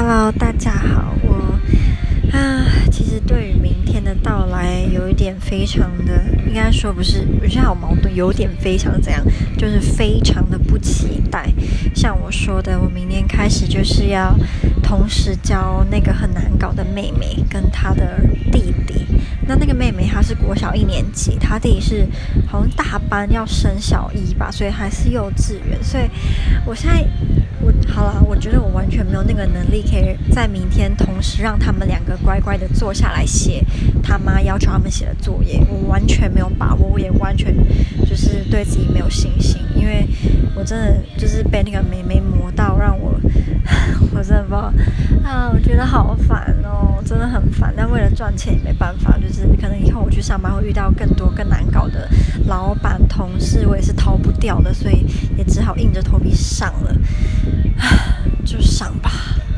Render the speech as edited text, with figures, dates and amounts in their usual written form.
Hello，大家好。其实对于明天的到来，有一点非常的，应该说不是，我现在好矛盾，有点非常怎样，就是非常的不期待。像我说的，我明天开始就是要同时教那个很难搞的妹妹跟她的弟弟。那个妹妹她是国小1年级，她弟弟是好像大班要升小1吧，所以还是幼稚园。所以我现在。好啦，我觉得我完全没有那个能力，可以在明天同时让他们两个乖乖的坐下来写他妈要求他们写的作业。我完全没有把握，我也完全就是对自己没有信心，因为我真的就是被那个妹妹磨到，让我真的不知道我觉得好烦哦，真的很烦。但为了赚钱也没办法，就是可能以后我去上班会遇到更多更难搞的老板同事，我也是逃不掉的，所以也只好硬着头皮上了。就上吧。